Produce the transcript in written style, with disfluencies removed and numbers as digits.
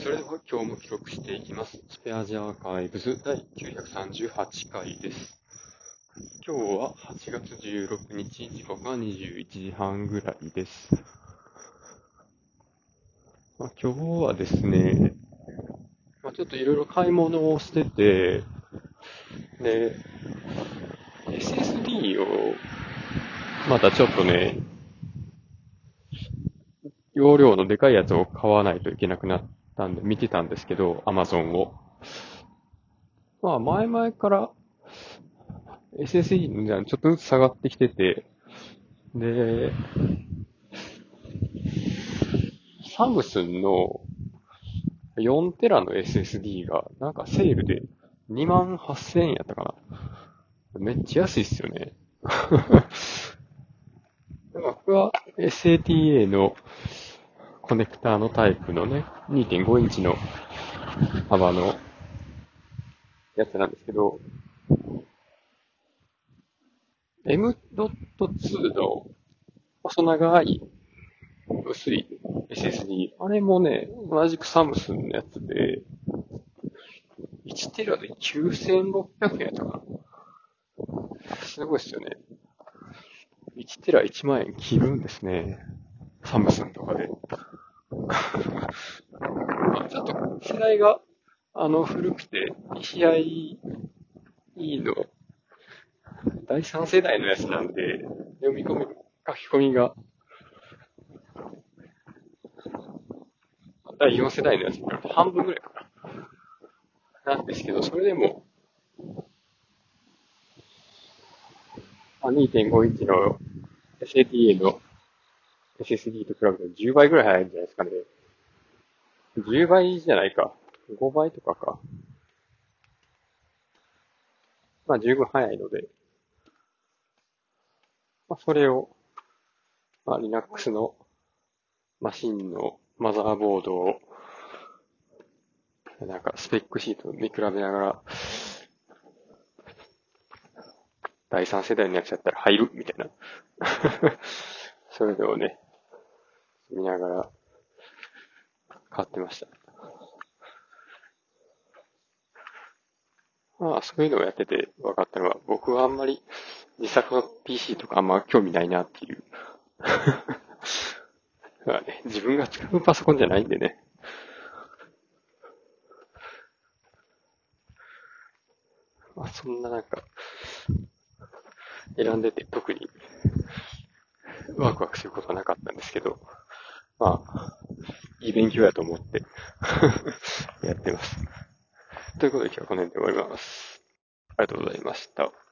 それでは今日も記録していきます。スペアジアーカイブズ第938回です。今日は8月16日、時刻は21時半ぐらいです。今日はですね、ちょっといろいろ買い物をしてて、で、SSD をまたちょっとね、容量のでかいやつを買わないといけなくなったんで見てたんですけど、Amazon を。前々から SSD の値段ちょっとずつ下がってきてて、で、サムスンの4テラの SSD がなんかセールで28,000円やったかな。めっちゃ安いっすよね。僕は SATA のコネクターのタイプのね、2.5インチの幅のやつなんですけど、M.2 の細長い薄い SSD。あれもね、同じくサムスンのやつで、1テラで9600円やったかな。すごいっすよね。1テラ1万円切るんですね。サムスンとかで。ちょっと世代が、古くて、PCIe の第3世代のやつなんで、読み込み、書き込みが第4世代のやつに比べて半分ぐらいかな。なんですけど、それでも、2.5インチの SATA の SSD と比べて10倍ぐらい速いんじゃないですかね。10倍じゃないか。5倍とかか。十分速いので、それを、Linux のマシンのマザーボードを、なんかスペックシートを見比べながら、第3世代のやつやったら入るみたいな。そういうのをね、見ながら買ってました。そういうのをやってて分かったのは、僕はあんまり自作の PC とかあんま興味ないなっていう。自分が使うパソコンじゃないんでね。そんななんか、選んでて特にワクワクすることはなかったんですけど、いい勉強やと思ってやってます。ということで今日はこの辺で終わります。ありがとうございました。